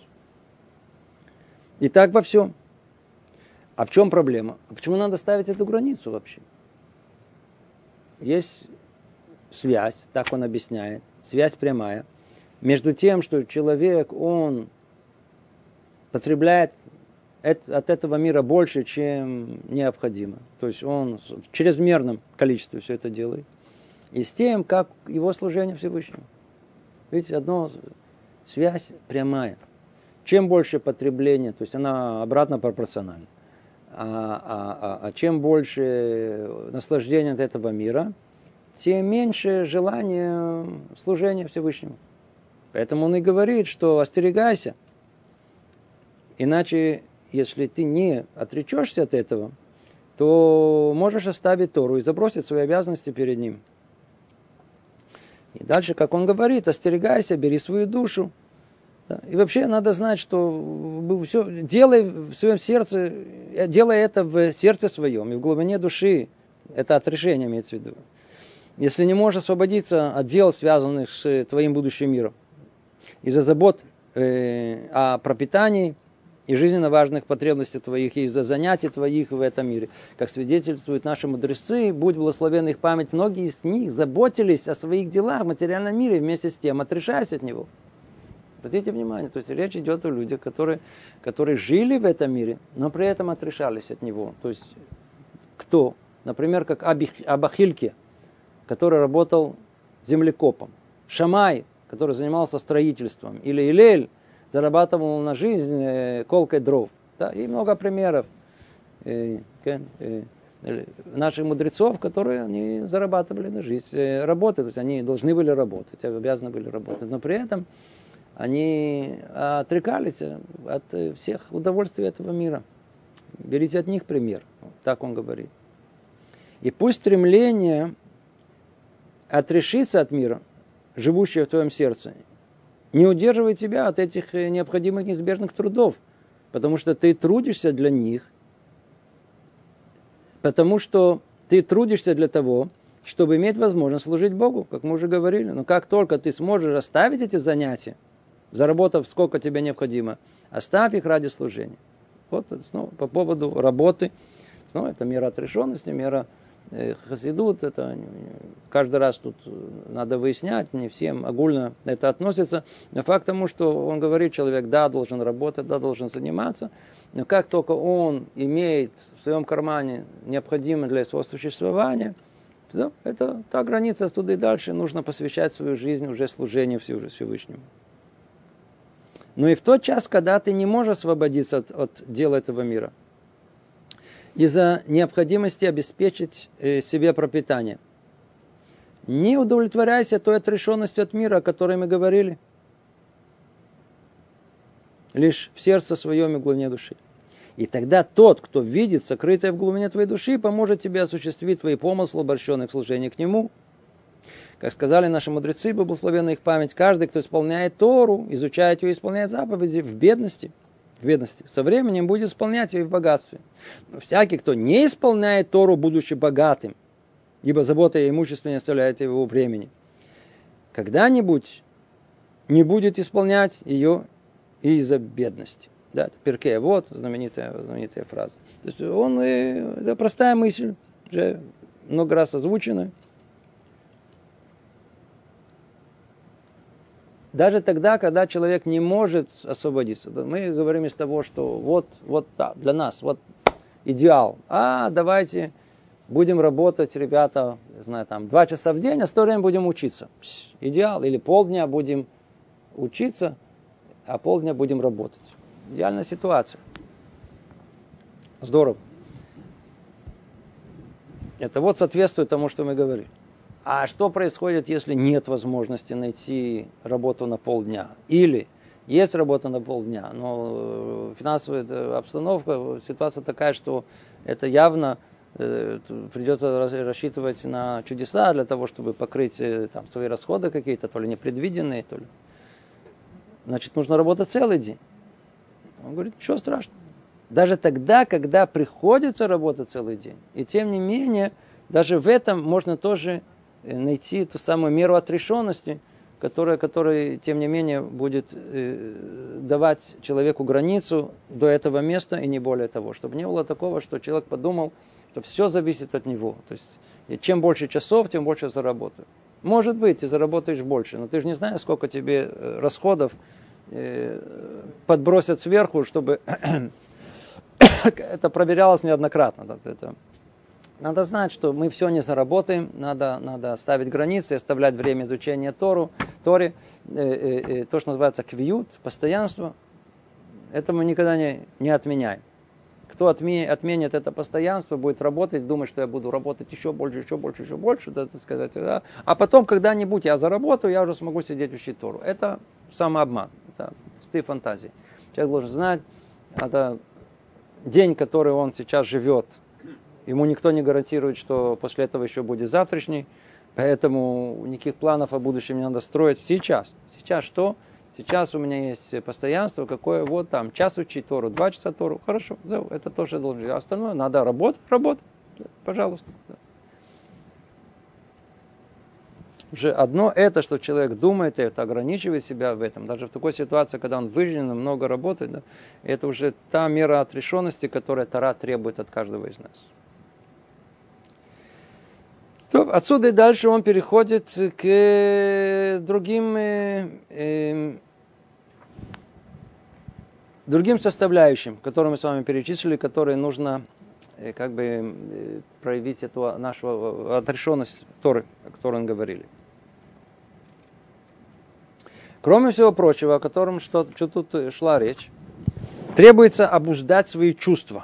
И так во всем. А в чем проблема? А почему надо ставить эту границу вообще? Есть связь, так он объясняет, связь прямая, между тем, что человек, он потребляет от этого мира больше, чем необходимо. То есть он в чрезмерном количестве все это делает. И с тем, как его служение Всевышнему. Видите, одна связь прямая. Чем больше потребления, то есть она обратно пропорциональна. А чем больше наслаждения от этого мира, тем меньше желания служения Всевышнему. Поэтому он и говорит, что остерегайся. Иначе, если ты не отречешься от этого, то можешь оставить Тору и забросить свои обязанности перед ним. И дальше, как он говорит, остерегайся, бери свою душу. Да. И вообще надо знать, что все, делай в своем сердце, делай это в сердце своем и в глубине души. Это отрешение имеется в виду. Если не можешь освободиться от дел, связанных с твоим будущим миром, из-за забот о пропитании и жизненно важных потребностей твоих, и из-за занятий твоих в этом мире. Как свидетельствуют наши мудрецы, будь благословенна их память, многие из них заботились о своих делах в материальном мире, вместе с тем отрешаясь от него. Обратите внимание, то есть речь идет о людях, которые жили в этом мире, но при этом отрешались от него. То есть кто? Например, как Абахильке, который работал землекопом. Шамай, который занимался строительством. Или Илель, зарабатывал на жизнь колкой дров. Да, и много примеров наших мудрецов, которые они зарабатывали на жизнь, работать. То есть они должны были работать, обязаны были работать. Но при этом они отрекались от всех удовольствий этого мира. Берите от них пример. Так он говорит. И пусть стремление отрешиться от мира, живущего в твоем сердце, не удерживает тебя от этих необходимых неизбежных трудов, потому что ты трудишься для них, потому что ты трудишься для того, чтобы иметь возможность служить Богу, как мы уже говорили. Но как только ты сможешь оставить эти занятия, заработав сколько тебе необходимо, оставь их ради служения. Вот снова по поводу работы. Снова это мера отрешенности, мера хасидут. Это каждый раз тут надо выяснять, не всем огульно это относится. Но факт тому, что он говорит, человек, да, должен работать, да, должен заниматься. Но как только он имеет в своем кармане необходимое для своего существования, да, это та граница, оттуда и дальше нужно посвящать свою жизнь уже служению Всевышнему. Но и в тот час, когда ты не можешь освободиться от дела этого мира, из-за необходимости обеспечить себе пропитание, не удовлетворяйся той отрешенностью от мира, о которой мы говорили, лишь в сердце своем и в глубине души. И тогда тот, кто видит сокрытое в глубине твоей души, поможет тебе осуществить твои помыслы, обращенные к служению к нему. Как сказали наши мудрецы, благословенна их память, каждый, кто исполняет Тору, изучает ее и исполняет заповеди в бедности, со временем будет исполнять ее и в богатстве. Но всякий, кто не исполняет Тору, будучи богатым, ибо забота о имуществе не оставляет его времени, когда-нибудь не будет исполнять ее из-за бедности. Да, это Перкей, вот знаменитая фраза. То есть это простая мысль, уже много раз озвученная. Даже тогда, когда человек не может освободиться. Мы говорим из того, что вот да, для нас, вот идеал. Давайте будем работать, ребята, не знаю, 2 часа в день, а 100 время будем учиться. Идеал. Или полдня будем учиться, а полдня будем работать. Идеальная ситуация. Здорово. Это вот соответствует тому, что мы говорим. А что происходит, если нет возможности найти работу на полдня? Или есть работа на полдня, но финансовая обстановка, ситуация такая, что это явно придется рассчитывать на чудеса для того, чтобы покрыть свои расходы какие-то, то ли непредвиденные, то ли. Значит, нужно работать целый день. Он говорит, ничего страшного. Даже тогда, когда приходится работать целый день. И тем не менее, даже в этом можно тоже найти ту самую меру отрешенности, которая, тем не менее, будет давать человеку границу до этого места и не более того. Чтобы не было такого, что человек подумал, что все зависит от него. То есть, чем больше часов, тем больше заработаю. Может быть, ты заработаешь больше, но ты же не знаешь, сколько тебе расходов подбросят сверху, чтобы это проверялось неоднократно. Надо знать, что мы все не заработаем, надо ставить границы, оставлять время изучения Торе, то, что называется квиют, постоянство. Это мы никогда не отменяем. Кто отменит это постоянство, будет работать, думать, что я буду работать еще больше, да, так сказать, да. А потом когда-нибудь я заработаю, я уже смогу сидеть учить Тору. Это самообман, это пустые фантазии. Человек должен знать, это день, который он сейчас живет, ему никто не гарантирует, что после этого еще будет завтрашний. Поэтому никаких планов о будущем не надо строить сейчас. Сейчас что? Сейчас у меня есть постоянство, какое вот там, час учить Тору, 2 часа Тору. Хорошо, это тоже должен быть. А остальное надо работать. Пожалуйста. Уже одно это, что человек думает, это ограничивает себя в этом. Даже в такой ситуации, когда он вынужден много работать, да, это уже та мера отрешенности, которую Тора требует от каждого из нас. То, отсюда и дальше он переходит к другим составляющим, которые мы с вами перечислили, которые нужно как бы проявить эту нашу отрешенность Торы, о которой мы говорили. Кроме всего прочего, о котором что тут шла речь, требуется обуздать свои чувства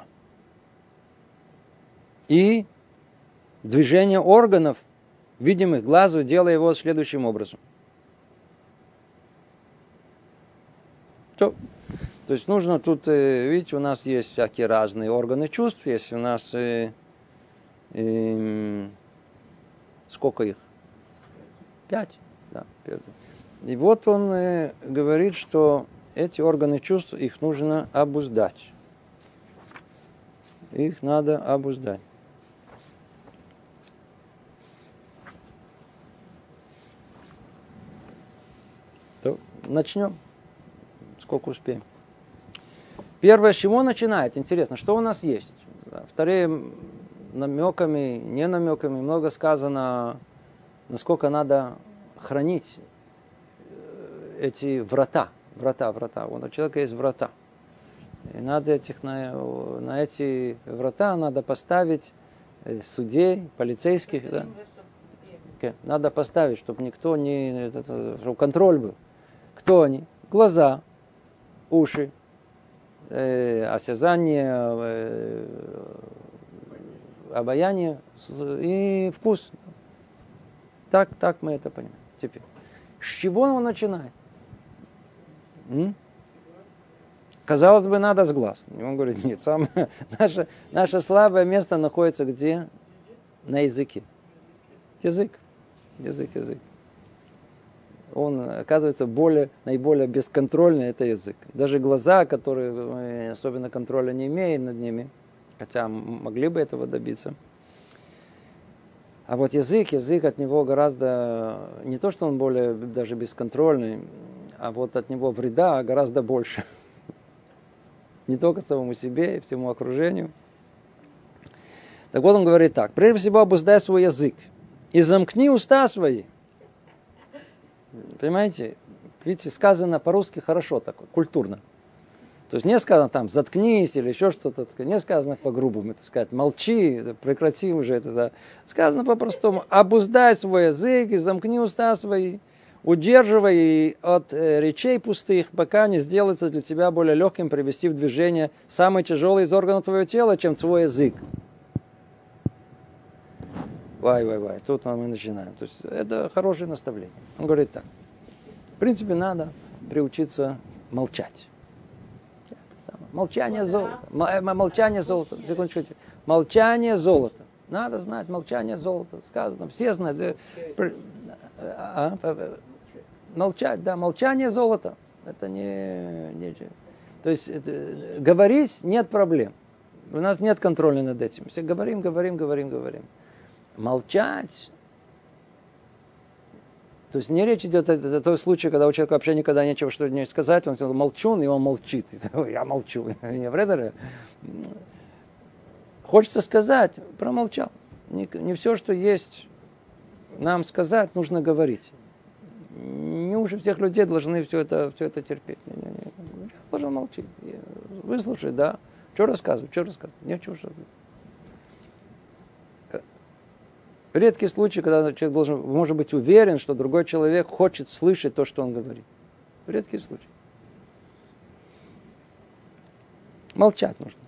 и движение органов, видимых глазу, делая его следующим образом. То есть нужно тут, видите, у нас есть всякие разные органы чувств, есть у нас, сколько их? 5. Да, 5. И вот он говорит, что эти органы чувств, их нужно обуздать. Их надо обуздать. То начнем, сколько успеем. Первое, с чего начинает? Интересно, что у нас есть? Вторые намеками, не намеками много сказано, насколько надо хранить эти врата. У человека есть врата. И надо на эти врата надо поставить судей, полицейских. Да? Надо поставить, чтобы никто не... чтобы контроль был. Кто они? Глаза, уши, осязание, обаяние и вкус. Так мы это понимаем. Теперь, с чего он начинает? Казалось бы, надо с глаз. Он говорит, нет, наше слабое место находится где? На языке. Язык. Он, оказывается, наиболее бесконтрольный, это язык. Даже глаза, которые мы особенно контроля не имеем над ними, хотя могли бы этого добиться. А вот язык от него гораздо, не то, что он более даже бесконтрольный, а вот от него вреда гораздо больше. Не только самому себе и всему окружению. Так вот он говорит так. Прежде всего обуздай свой язык и замкни уста свои. Понимаете? Видите, сказано по-русски хорошо, так, культурно. То есть не сказано там заткнись или еще что-то, не сказано по-грубому, это сказать молчи, прекрати уже это. Да. Сказано по-простому, обуздай свой язык и замкни уста свои, удерживай от речей пустых, пока не сделается для тебя более легким привести в движение самый тяжелый из органов твоего тела, чем твой язык. Вай, тут мы начинаем. То есть это хорошее наставление. Он говорит так. В принципе, надо приучиться молчать. Молчание золота. Молчание золота. Секундочку. Молчание золота. Надо знать молчание золота. Сказано, все знают. Молчать, да, молчание золота. Это не... То есть говорить нет проблем. У нас нет контроля над этим. Все говорим. Молчать. То есть не речь идет о том случае, когда у человека вообще никогда нечего что-нибудь сказать, он молчун, и он молчит. Я молчу. Хочется сказать, промолчал. Не все, что есть нам сказать, нужно говорить. Не уже всех людей должны все это терпеть. Я должен молчать. Выслушай, да. Что рассказывать? Нечего что. Редкий случай, когда человек может быть уверен, что другой человек хочет слышать то, что он говорит. Редкий случай. Молчать нужно.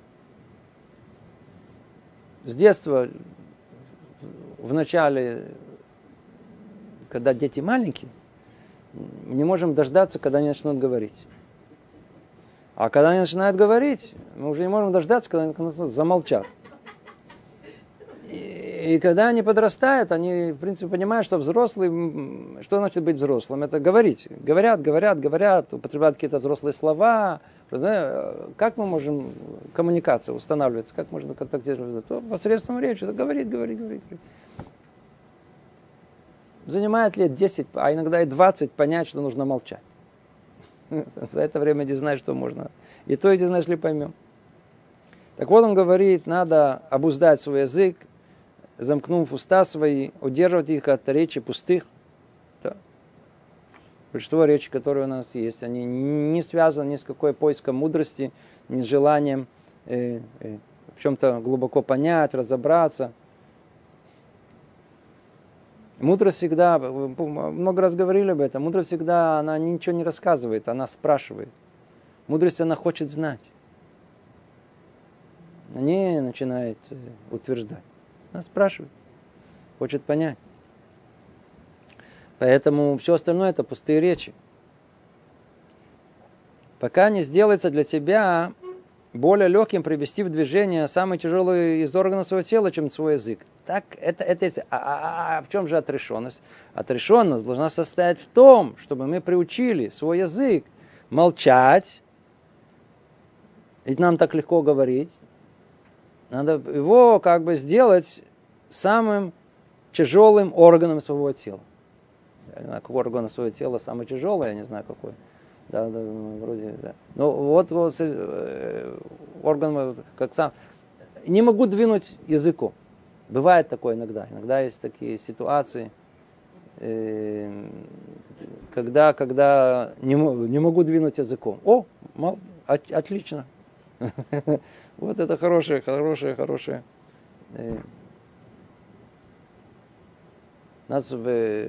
С детства, в начале, когда дети маленькие, мы не можем дождаться, когда они начнут говорить. А когда они начинают говорить, мы уже не можем дождаться, когда они замолчат. И И когда они подрастают, они, в принципе, понимают, что взрослый, что значит быть взрослым? Это говорить. Говорят, употребляют какие-то взрослые слова. Как мы можем коммуникация устанавливаться? Как можно контактировать? Посредством речи. Это говорить. Занимает лет 10, а иногда и 20 понять, что нужно молчать. За это время не знаешь, что можно. И то, и не знаешь ли поймем. Так вот он говорит, надо обуздать свой язык, замкнув уста свои, удерживать их от речи пустых. Да. Большинство речи, которые у нас есть, они не связаны ни с какой поиском мудрости, ни с желанием в чем-то глубоко понять, разобраться. Мудрость всегда, много раз говорили об этом, мудрость всегда, она ничего не рассказывает, она спрашивает. Мудрость, она хочет знать. Она не начинает утверждать. Она спрашивает, хочет понять. Поэтому все остальное это пустые речи. Пока не сделается для тебя более легким привести в движение самый тяжелый из органов своего тела, чем свой язык. Так, в чем же отрешенность? Отрешенность должна состоять в том, чтобы мы приучили свой язык молчать. Ведь нам так легко говорить. Надо его как бы сделать самым тяжелым органом своего тела. Я не знаю, какой орган своего тела самый тяжелый, я не знаю какой. Да, вроде, да. Ну, вот орган, как сам. Не могу двинуть языком. Бывает такое иногда. Иногда есть такие ситуации, когда не могу двинуть языком. Отлично. Вот это хорошее. Нас в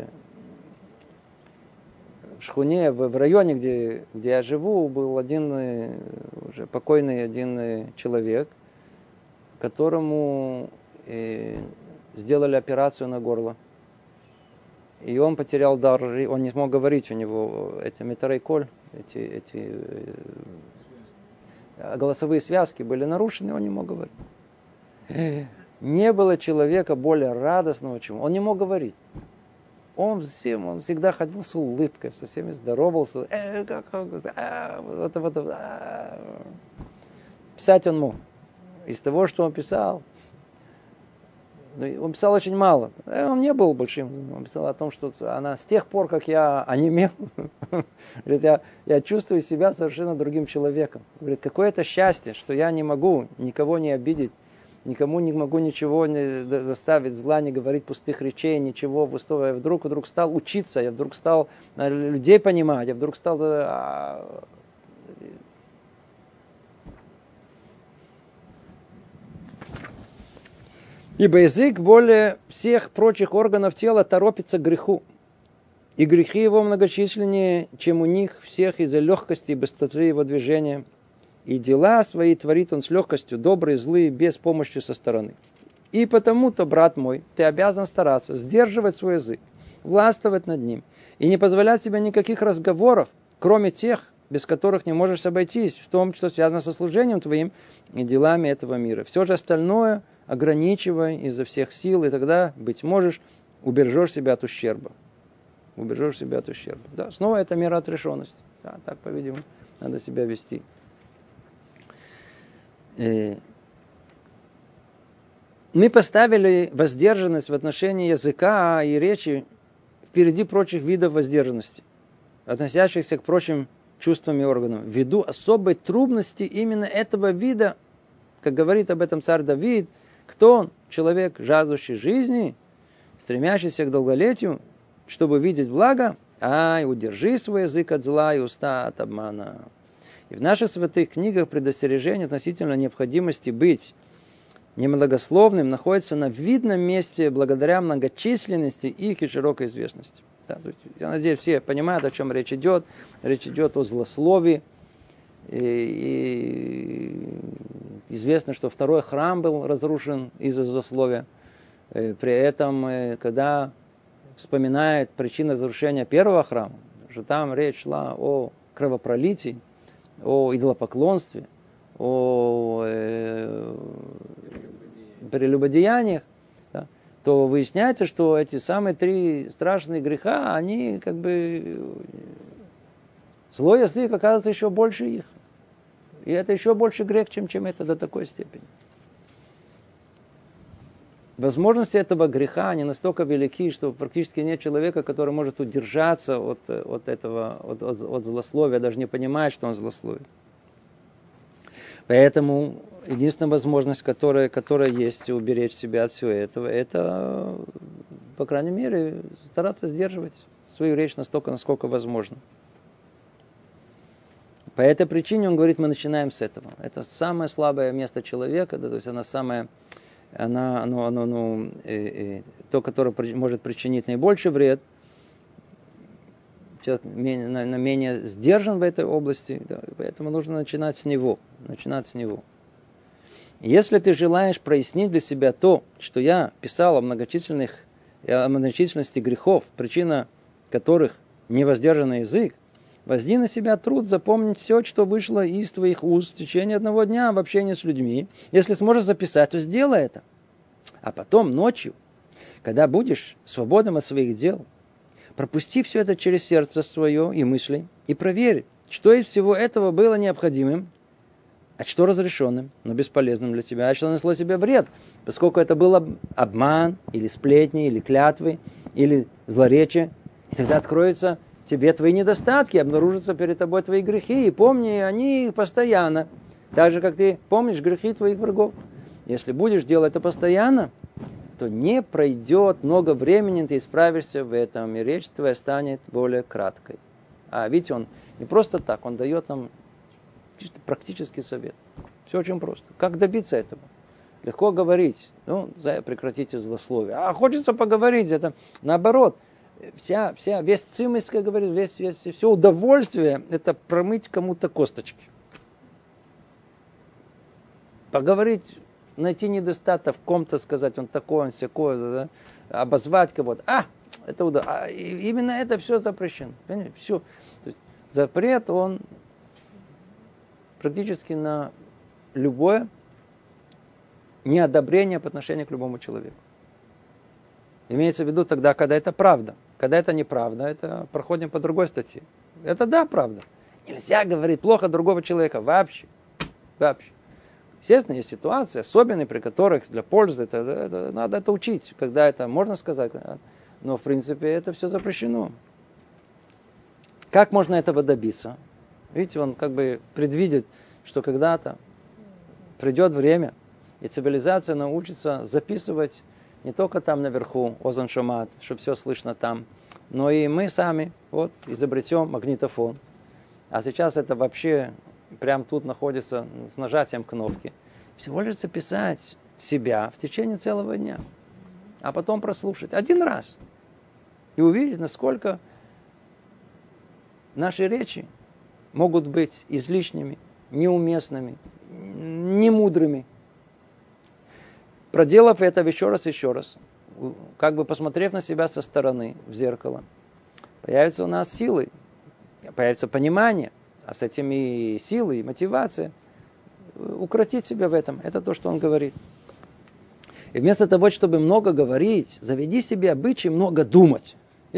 Шхуне, в районе, где я живу, был один уже покойный человек, которому сделали операцию на горло. И он потерял дар, он не смог говорить, у него эти метарейколь, эти голосовые связки были нарушены, он не мог говорить. Не было человека более радостного, чем он не мог говорить. Он всегда ходил с улыбкой, со всеми здоровался. Писать он мог. Из того, что он писал, он писал очень мало. Он не был большим. Он писал о том, что с тех пор, как я онемел, я чувствую себя совершенно другим человеком. Говорит, какое это счастье, что я не могу никого не обидеть, никому не могу ничего не заставить, зла не говорить, пустых речей, ничего пустого. Я вдруг стал учиться, я вдруг стал людей понимать, я вдруг стал... Ибо язык более всех прочих органов тела торопится к греху. И грехи его многочисленнее, чем у них всех из-за легкости и быстроты его движения. И дела свои творит он с легкостью, добрые, злые, без помощи со стороны. И потому-то, брат мой, ты обязан стараться сдерживать свой язык, властвовать над ним и не позволять себе никаких разговоров, кроме тех, без которых не можешь обойтись, в том, что связано со служением твоим и делами этого мира. Все же остальное ограничивай изо всех сил, и тогда, быть можешь, убережешь себя от ущерба. Да, снова это мера отрешенности. Да, так, по-видимому, надо себя вести. Мы поставили воздержанность в отношении языка и речи впереди прочих видов воздержанности, относящихся к прочим чувствам и органам, ввиду особой трудности именно этого вида, как говорит об этом царь Давид. Кто он? Человек, жаждущий жизни, стремящийся к долголетию, чтобы видеть благо, и удержи свой язык от зла и уста от обмана. И в наших святых книгах предостережение относительно необходимости быть немногословным находится на видном месте благодаря многочисленности их и широкой известности. Да, я надеюсь, все понимают, о чем речь идет. Речь идет о злословии. И известно, что второй храм был разрушен из-за злословия. При этом, когда вспоминает причину разрушения первого храма, что там речь шла о кровопролитии, о идолопоклонстве, о прелюбодеяниях, да, то выясняется, что эти самые 3 страшные греха, они как бы... Злой язык оказывается еще больше их. И это еще больше грех, чем это до такой степени. Возможности этого греха, они настолько велики, что практически нет человека, который может удержаться от злословия, даже не понимает, что он злословит. Поэтому единственная возможность, которая есть уберечь себя от всего этого, это, по крайней мере, стараться сдерживать свою речь настолько, насколько возможно. По этой причине, он говорит, мы начинаем с этого. Это самое слабое место человека, да, то есть то, которое может причинить наибольший вред. Человек менее сдержан в этой области, да, поэтому нужно начинать с него. Если ты желаешь прояснить для себя то, что я писал о многочисленности грехов, причина которых невоздержанный язык, возьми на себя труд запомнить все, что вышло из твоих уст в течение одного дня в общении с людьми. Если сможешь записать, то сделай это. А потом ночью, когда будешь свободным от своих дел, пропусти все это через сердце свое и мысли и проверь, что из всего этого было необходимым, а что разрешенным, но бесполезным для тебя, а что нанесло тебе вред, поскольку это был обман, или сплетни, или клятвы, или злоречие. И тогда откроются тебе твои недостатки, обнаружатся перед тобой твои грехи, и помни о них постоянно, так же, как ты помнишь грехи твоих врагов. Если будешь делать это постоянно, то не пройдет много времени, ты исправишься в этом, и речь твоя станет более краткой. А видите, он не просто так, он дает нам чисто практический совет. Все очень просто. Как добиться этого? Легко говорить, прекратите злословие. А хочется поговорить, это наоборот. Весь цимис, как говорит, все удовольствие, это промыть кому-то косточки. Поговорить, найти недостаток в ком-то, сказать, он такой, он сякой, да, обозвать кого-то. Именно это все запрещено. Понимаете? Все. То есть запрет, он практически на любое неодобрение по отношению к любому человеку. Имеется в виду тогда, когда это правда. Когда это неправда, это проходим по другой статье. Это да, правда. Нельзя говорить плохо другого человека вообще. Естественно, есть ситуации, особенные, при которых для пользы надо это учить. Когда это можно сказать, но в принципе это все запрещено. Как можно этого добиться? Видите, он как бы предвидит, что когда-то придет время, и цивилизация научится записывать не только там наверху, озон шомат, чтобы все слышно там, но и мы сами изобретем магнитофон. А сейчас это вообще прямо тут находится с нажатием кнопки. Всего лишь записать себя в течение целого дня, а потом прослушать один раз и увидеть, насколько наши речи могут быть излишними, неуместными, немудрыми. Проделав это еще раз, как бы посмотрев на себя со стороны в зеркало, появятся у нас силы, появится понимание, а с этим и силы, и мотивация укротить себя в этом. Это то, что он говорит. И вместо того, чтобы много говорить, заведи себе обычай много думать.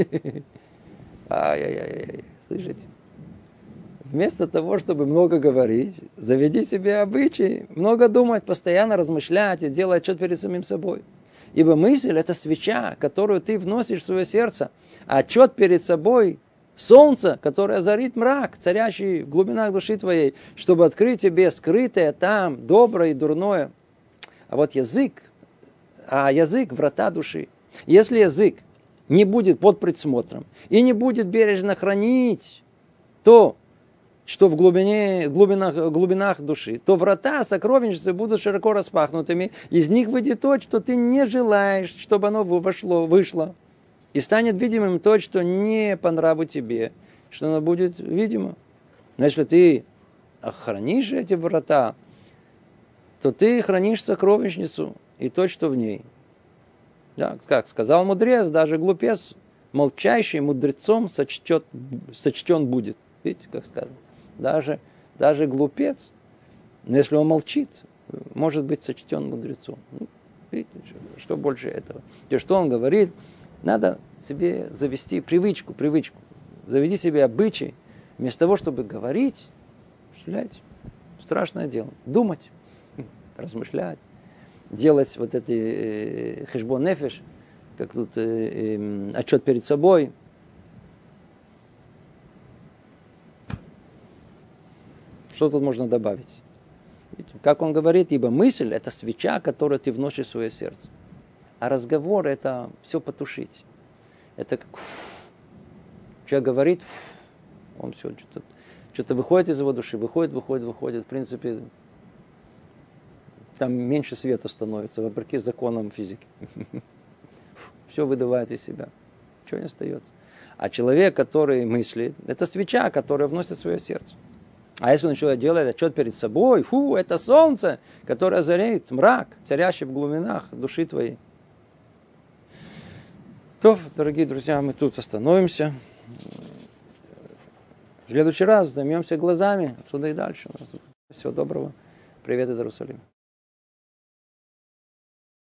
Слышите? Вместо того, чтобы много говорить, заведи себе обычай много думать, постоянно размышлять и делать отчет перед самим собой. Ибо мысль – это свеча, которую ты вносишь в свое сердце, а отчет перед собой – солнце, которое озарит мрак, царящий в глубинах души твоей, чтобы открыть тебе скрытое там, доброе и дурное. А вот язык – врата души. Если язык не будет под присмотром и не будет бережно хранить то, что в глубинах души, то врата сокровищницы будут широко распахнутыми, из них выйдет то, что ты не желаешь, чтобы оно вышло. И станет видимым то, что не по нраву тебе, что оно будет видимо. Но если ты охранишь эти врата, то ты хранишь сокровищницу и то, что в ней. Да, как сказал мудрец, даже глупец, молчащий мудрецом сочтен будет. Видите, как сказано? Даже глупец, но если он молчит, может быть сочтен мудрецом. Видите, что больше этого? То, что он говорит, надо себе завести привычку. Заведи себе обычай. Вместо того, чтобы говорить, представляете, страшное дело. Думать, размышлять, делать вот эти хэшбон нефеш, как тут отчет перед собой. Что тут можно добавить? Видите? Как он говорит, ибо мысль – это свеча, которую ты вносишь в свое сердце. А разговор – это все потушить. Это как человек говорит, он все что-то выходит из его души, выходит. В принципе, там меньше света становится, вопреки законам физики. Все выдувает из себя. Ничего не остается. А человек, который мыслит, это свеча, которая вносит в свое сердце. А если он еще делает отчет перед собой, это солнце, которое озаряет мрак, царящий в глубинах души твоей. То, дорогие друзья, мы тут остановимся. В следующий раз займемся глазами, отсюда и дальше. Всего доброго. Привет из Иерусалима.